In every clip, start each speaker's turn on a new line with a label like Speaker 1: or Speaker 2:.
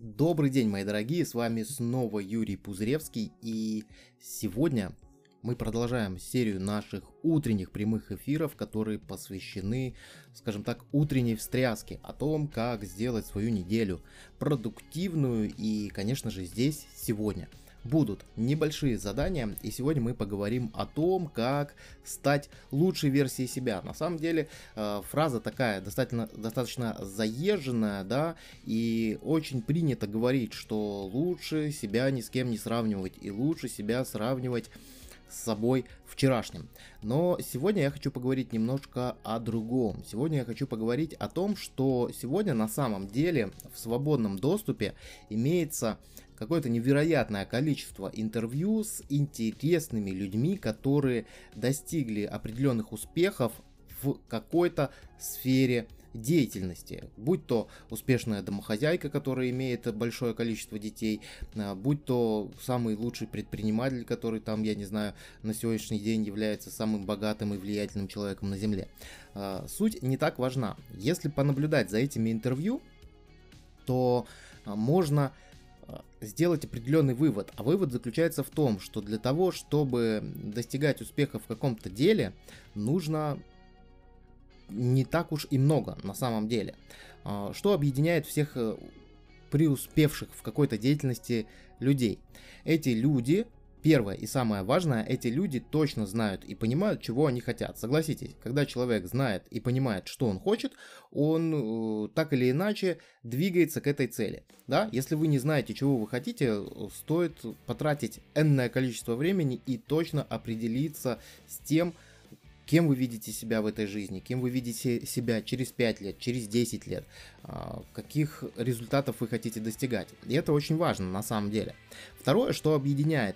Speaker 1: Добрый день, мои дорогие, с вами снова Юрий Пузыревский, и сегодня мы продолжаем серию наших утренних прямых эфиров, которые посвящены, скажем так, утренней встряске, о том, как сделать свою неделю продуктивную, и, конечно же, здесь сегодня будут небольшие задания, и сегодня мы поговорим о том, как стать лучшей версией себя. На самом деле фраза такая достаточно заезженная, да, и очень принято говорить, что лучше себя ни с кем не сравнивать, и лучше себя сравнивать с собой вчерашним. Но сегодня я хочу поговорить немножко о другом. Сегодня я хочу поговорить о том, что сегодня на самом деле в свободном доступе имеется какое-то невероятное количество интервью с интересными людьми, которые достигли определенных успехов в какой-то сфере деятельности, будь то успешная домохозяйка, которая имеет большое количество детей, будь то самый лучший предприниматель, который там, я не знаю, на сегодняшний день является самым богатым и влиятельным человеком на земле. Суть не так важна. Если понаблюдать за этими интервью, то можно сделать определенный вывод. А вывод заключается в том, что для того, чтобы достигать успеха в каком-то деле, нужно не так уж и много на самом деле. Что объединяет всех преуспевших в какой-то деятельности людей? Эти люди, первое и самое важное, эти люди точно знают и понимают, чего они хотят. Согласитесь, когда человек знает и понимает, что он хочет, он так или иначе двигается к этой цели. Да? Если вы не знаете, чего вы хотите, стоит потратить энное количество времени и точно определиться с тем, кем вы видите себя в этой жизни, кем вы видите себя через 5 лет, через 10 лет, каких результатов вы хотите достигать. И это очень важно на самом деле. Второе, что объединяет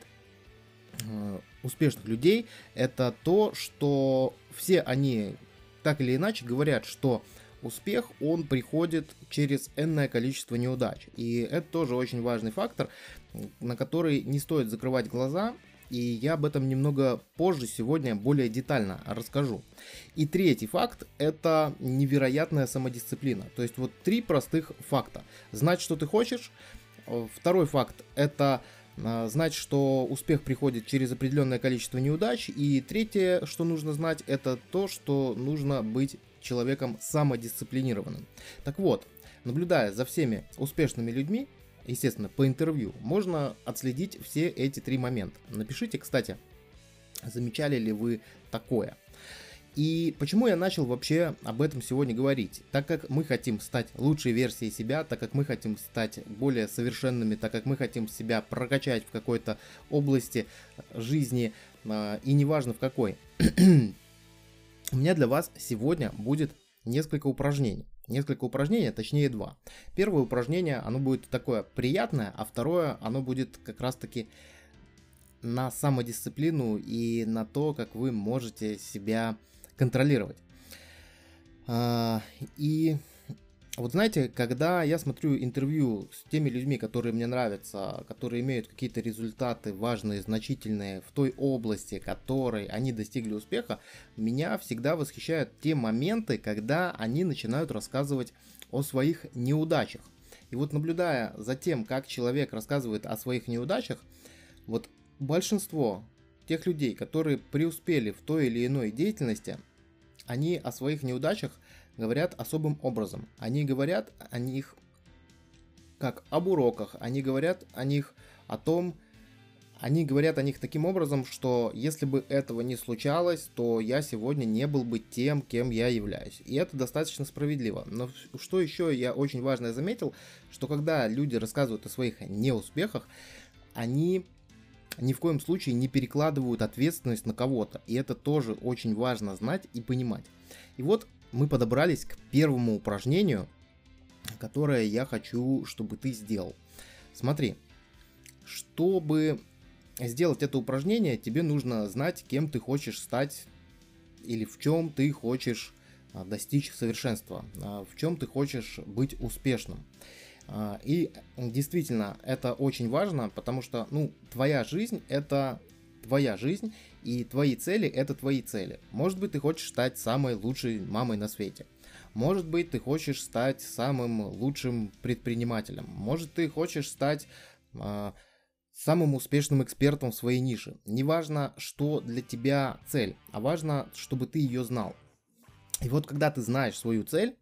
Speaker 1: успешных людей, это то, что все они так или иначе говорят, что успех, он приходит через энное количество неудач. И это тоже очень важный фактор, на который не стоит закрывать глаза. И я об этом немного позже сегодня более детально расскажу. И третий факт – это невероятная самодисциплина. То есть вот три простых факта. Знать, что ты хочешь. Второй факт – это знать, что успех приходит через определенное количество неудач. И третье, что нужно знать, это то, что нужно быть человеком самодисциплинированным. Так вот, наблюдая за всеми успешными людьми, естественно, по интервью, можно отследить все эти три момента. Напишите, кстати, замечали ли вы такое. И почему я начал вообще об этом сегодня говорить? Так как мы хотим стать лучшей версией себя, так как мы хотим стать более совершенными, так как мы хотим себя прокачать в какой-то области жизни, и неважно в какой, у меня для вас сегодня будет несколько упражнений. Несколько упражнений, точнее два. Первое упражнение, оно будет такое приятное, а второе, оно будет как раз-таки на самодисциплину и на то, как вы можете себя контролировать. И вот знаете, когда я смотрю интервью с теми людьми, которые мне нравятся, которые имеют какие-то результаты важные, значительные в той области, которой они достигли успеха, меня всегда восхищают те моменты, когда они начинают рассказывать о своих неудачах. И вот наблюдая за тем, как человек рассказывает о своих неудачах, вот большинство тех людей, которые преуспели в той или иной деятельности, они о своих неудачах говорят особым образом. Они говорят о них как об уроках, они говорят о них таким образом, что если бы этого не случалось, то я сегодня не был бы тем, кем я являюсь. И это достаточно справедливо. Но что еще я очень важно заметил, что когда люди рассказывают о своих неуспехах, они ни в коем случае не перекладывают ответственность на кого-то. И это тоже очень важно знать и понимать. И вот мы подобрались к первому упражнению, которое я хочу, чтобы ты сделал. Смотри, чтобы сделать это упражнение, тебе нужно знать, кем ты хочешь стать или в чем ты хочешь достичь совершенства, в чем ты хочешь быть успешным. И действительно, это очень важно, потому что, твоя жизнь – это твоя жизнь, и твои цели это твои цели. Может быть, ты хочешь стать самой лучшей мамой на свете. Может быть, ты хочешь стать самым лучшим предпринимателем. Может, ты хочешь стать самым успешным экспертом в своей нише. Неважно, что для тебя цель, а важно, чтобы ты ее знал. И вот когда ты знаешь свою цель,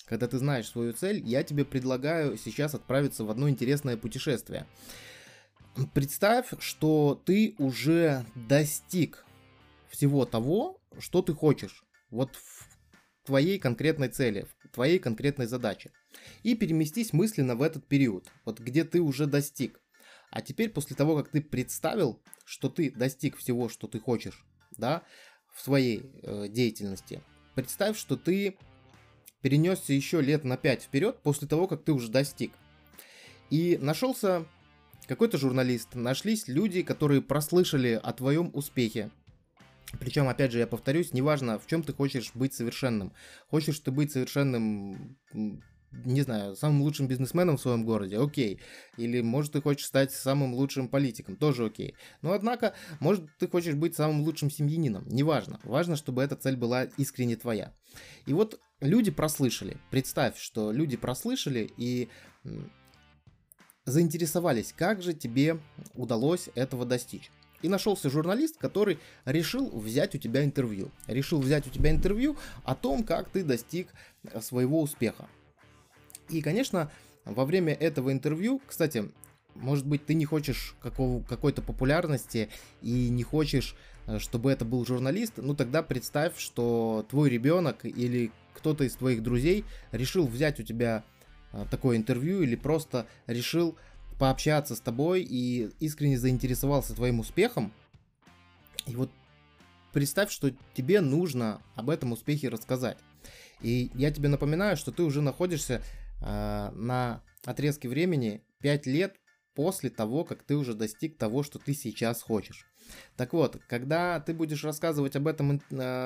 Speaker 1: я тебе предлагаю сейчас отправиться в одно интересное путешествие. Представь, что ты уже достиг всего того, что ты хочешь. Вот в твоей конкретной цели, в твоей конкретной задаче. И переместись мысленно в этот период, вот где ты уже достиг. А теперь, после того, как ты представил, что ты достиг всего, что ты хочешь, да, в своей деятельности, представь, что ты перенесся еще лет на 5 вперед после того, как ты уже достиг. И нашелся какой-то журналист, нашлись люди, которые прослышали о твоем успехе. Причем, опять же, я повторюсь, неважно, в чем ты хочешь быть совершенным. Хочешь ты быть совершенным, не знаю, самым лучшим бизнесменом в своем городе, окей. Или, может, ты хочешь стать самым лучшим политиком, тоже окей. Но, однако, может, ты хочешь быть самым лучшим семьянином, неважно. Важно, чтобы эта цель была искренне твоя. И вот люди прослышали. Представь, что люди прослышали и заинтересовались, как же тебе удалось этого достичь. И нашелся журналист, который решил взять у тебя интервью. О том, как ты достиг своего успеха. И, конечно, во время этого интервью, кстати, может быть, ты не хочешь какой-то популярности и не хочешь, чтобы это был журналист, ну тогда представь, что твой ребенок или кто-то из твоих друзей решил взять у тебя такое интервью или просто решил пообщаться с тобой и искренне заинтересовался твоим успехом. И вот представь, что тебе нужно об этом успехе рассказать. И я тебе напоминаю, что ты уже находишься на отрезке времени 5 лет после того, как ты уже достиг того, что ты сейчас хочешь. Так вот, когда ты будешь рассказывать об этом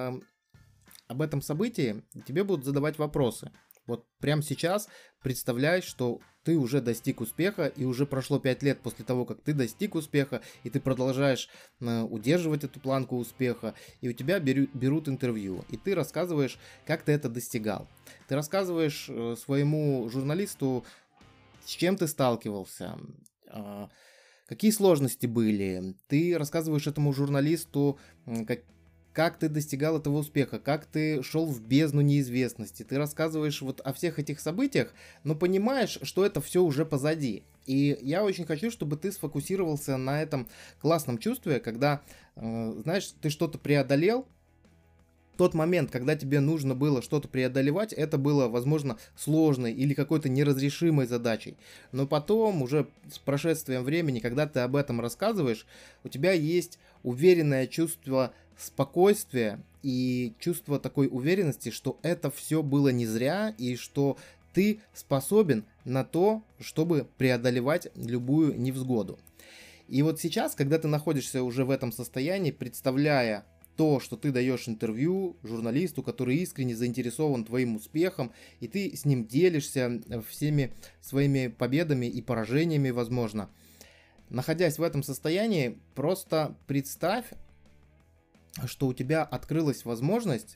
Speaker 1: событии, тебе будут задавать вопросы. Вот прямо сейчас представляй, что ты уже достиг успеха, и уже прошло 5 лет после того, как ты достиг успеха, и ты продолжаешь удерживать эту планку успеха, и у тебя берут интервью, и ты рассказываешь, как ты это достигал. Ты рассказываешь своему журналисту, с чем ты сталкивался, какие сложности были. Ты рассказываешь этому журналисту, как ты достигал этого успеха, как ты шел в бездну неизвестности. Ты рассказываешь вот о всех этих событиях, но понимаешь, что это все уже позади. И я очень хочу, чтобы ты сфокусировался на этом классном чувстве, когда, знаешь, ты что-то преодолел. Тот момент, когда тебе нужно было что-то преодолевать, это было, возможно, сложной или какой-то неразрешимой задачей. Но потом, уже с прошествием времени, когда ты об этом рассказываешь, у тебя есть уверенное чувство спокойствия и чувство такой уверенности, что это все было не зря и что ты способен на то, чтобы преодолевать любую невзгоду. И вот сейчас, когда ты находишься уже в этом состоянии, представляя то, что ты даешь интервью журналисту, который искренне заинтересован твоим успехом, и ты с ним делишься всеми своими победами и поражениями, возможно. Находясь в этом состоянии, просто представь, что у тебя открылась возможность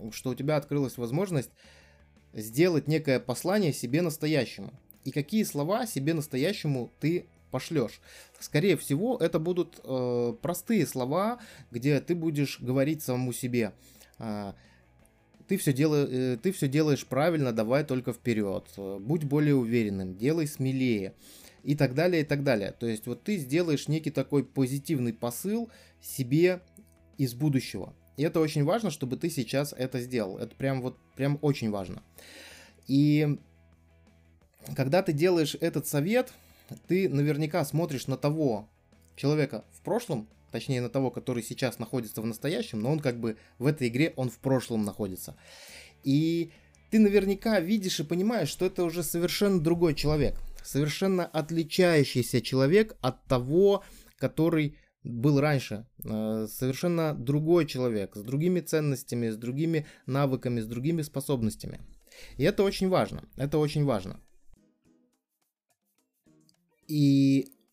Speaker 1: сделать некое послание себе настоящему. И какие слова себе настоящему ты пошлешь. Скорее всего, это будут простые слова, где ты будешь говорить самому себе: ты все делаешь правильно, давай только вперед, будь более уверенным, делай смелее и так далее, и так далее. То есть вот ты сделаешь некий такой позитивный посыл себе из будущего. И это очень важно, чтобы ты сейчас это сделал. Это прям очень важно. И когда ты делаешь этот совет, ты наверняка смотришь на того человека в прошлом, точнее на того, который сейчас находится в настоящем, но он как бы в этой игре, он в прошлом находится. И ты наверняка видишь и понимаешь, что это уже совершенно другой человек, совершенно отличающийся человек от того, который был раньше. Совершенно другой человек, с другими ценностями, с другими навыками, с другими способностями. И это очень важно, И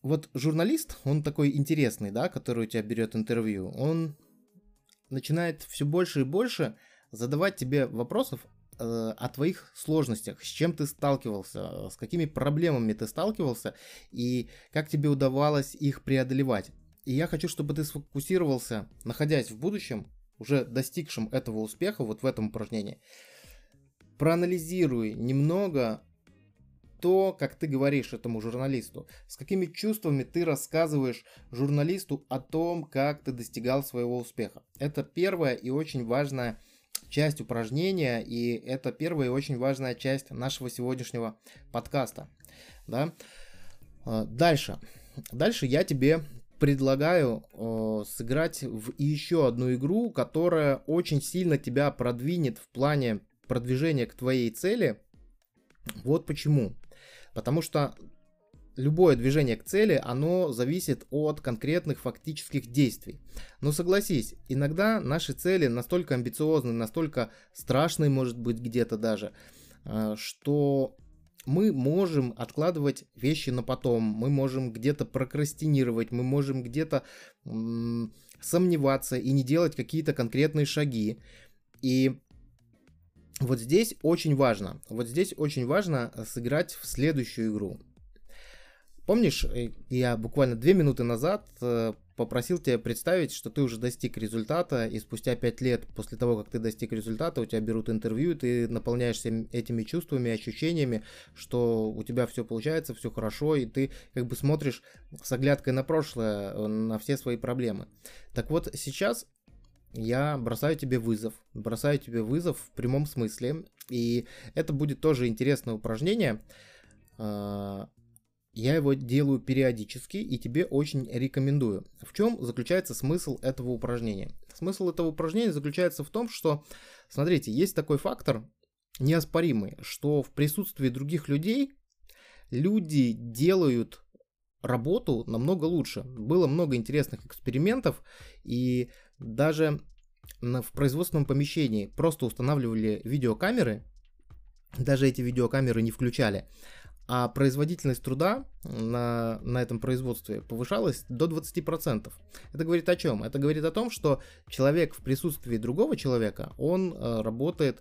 Speaker 1: вот журналист, он такой интересный, да, который у тебя берет интервью, он начинает все больше и больше задавать тебе вопросов о твоих сложностях, с чем ты сталкивался, с какими проблемами ты сталкивался и как тебе удавалось их преодолевать. И я хочу, чтобы ты сфокусировался, находясь в будущем, уже достигшим этого успеха, вот в этом упражнении. Проанализируй немного то, как ты говоришь этому журналисту, с какими чувствами ты рассказываешь журналисту о том, как ты достигал своего успеха. Это первая и очень важная часть упражнения, и это первая и очень важная часть нашего сегодняшнего подкаста. Да? Дальше я тебе предлагаю сыграть в еще одну игру, которая очень сильно тебя продвинет в плане продвижения к твоей цели. Вот почему. Потому что любое движение к цели, оно зависит от конкретных фактических действий. Но согласись, иногда наши цели настолько амбициозны, настолько страшные, может быть, где-то даже, что мы можем откладывать вещи на потом, мы можем где-то прокрастинировать, мы можем где-то сомневаться и не делать какие-то конкретные шаги. И вот здесь очень важно сыграть в следующую игру. Помнишь, я буквально 2 минуты назад попросил тебя представить, что ты уже достиг результата, и спустя 5 лет после того, как ты достиг результата, у тебя берут интервью, ты наполняешься этими чувствами, ощущениями, что у тебя все получается, все хорошо, и ты как бы смотришь с оглядкой на прошлое, на все свои проблемы. Так вот, сейчас я бросаю тебе вызов в прямом смысле, и это будет тоже интересное упражнение. Я его делаю периодически и тебе очень рекомендую. В чем заключается смысл этого упражнения? Смысл этого упражнения заключается в том, что, смотрите, есть такой фактор неоспоримый, что в присутствии других людей люди делают работу намного лучше. Было много интересных экспериментов, и даже в производственном помещении просто устанавливали видеокамеры, даже эти видеокамеры не включали, а производительность труда на этом производстве повышалась до 20%. Это говорит о чем? Это говорит о том, что человек в присутствии другого человека, он работает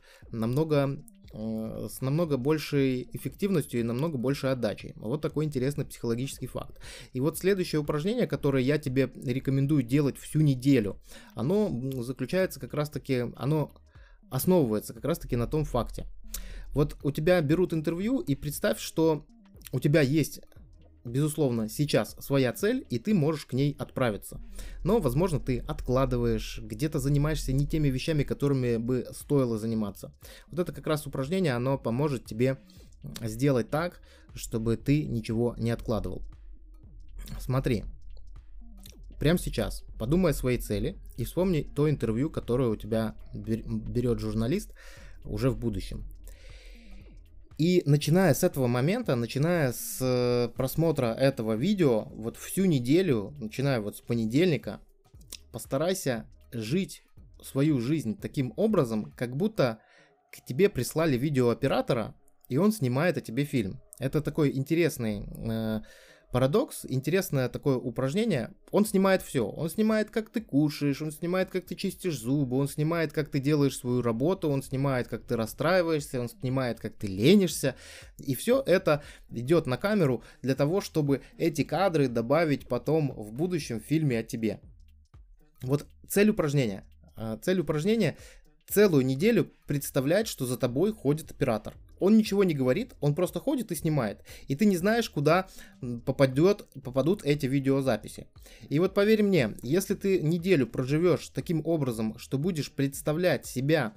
Speaker 1: с намного большей эффективностью и намного большей отдачей. Вот такой интересный психологический факт. И вот следующее упражнение, которое я тебе рекомендую делать всю неделю, оно заключается как раз-таки, оно основывается как раз-таки на том факте. Вот у тебя берут интервью, и представь, что у тебя есть, безусловно, сейчас своя цель, и ты можешь к ней отправиться. Но, возможно, ты откладываешь, где-то занимаешься не теми вещами, которыми бы стоило заниматься. Вот это как раз упражнение, оно поможет тебе сделать так, чтобы ты ничего не откладывал. Смотри, прямо сейчас подумай о своей цели и вспомни то интервью, которое у тебя берет журналист уже в будущем. И начиная с этого момента, начиная с просмотра этого видео, вот всю неделю, начиная вот с понедельника, постарайся жить свою жизнь таким образом, как будто к тебе прислали видеооператора, и он снимает о тебе фильм. Это такой интересный парадокс, интересное такое упражнение. Он снимает все. Он снимает, как ты кушаешь, он снимает, как ты чистишь зубы, он снимает, как ты делаешь свою работу, он снимает, как ты расстраиваешься, он снимает, как ты ленишься. И все это идет на камеру для того, чтобы эти кадры добавить потом в будущем фильме о тебе. Вот цель упражнения. Цель упражнения целую неделю представлять, что за тобой ходит оператор. Он ничего не говорит, он просто ходит и снимает. И ты не знаешь, куда попадут эти видеозаписи. И вот поверь мне, если ты неделю проживешь таким образом, что будешь представлять себя,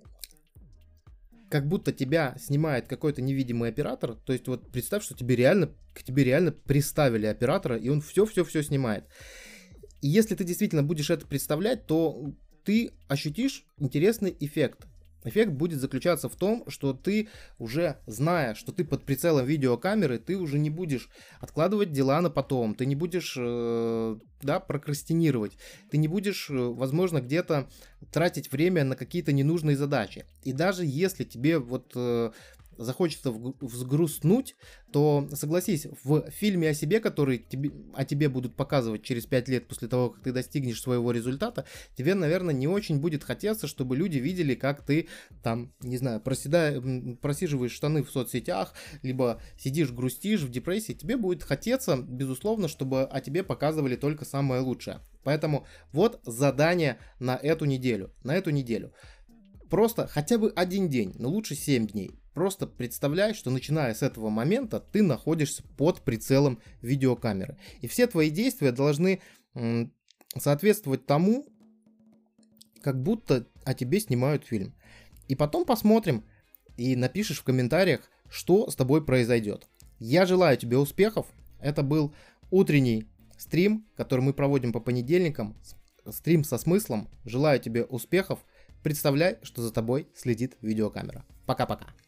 Speaker 1: как будто тебя снимает какой-то невидимый оператор, то есть вот представь, что к тебе реально приставили оператора, и он все снимает. И если ты действительно будешь это представлять, то ты ощутишь интересный эффект. Эффект будет заключаться в том, что ты уже, зная, что ты под прицелом видеокамеры, ты уже не будешь откладывать дела на потом, ты не будешь прокрастинировать, ты не будешь, возможно, где-то тратить время на какие-то ненужные задачи. И даже если тебе захочется взгрустнуть, то согласись, в фильме о себе, который о тебе будут показывать через 5 лет после того, как ты достигнешь своего результата, тебе, наверное, не очень будет хотеться, чтобы люди видели, как ты там, не знаю, просиживаешь штаны в соцсетях, либо сидишь, грустишь в депрессии. Тебе будет хотеться, безусловно, чтобы о тебе показывали только самое лучшее. Поэтому вот задание на эту неделю. Просто хотя бы один день, но лучше 7 дней. Просто представляй, что начиная с этого момента ты находишься под прицелом видеокамеры. И все твои действия должны соответствовать тому, как будто о тебе снимают фильм. И потом посмотрим и напишешь в комментариях, что с тобой произойдет. Я желаю тебе успехов. Это был утренний стрим, который мы проводим по понедельникам. Стрим со смыслом. Желаю тебе успехов. Представляй, что за тобой следит видеокамера. Пока-пока.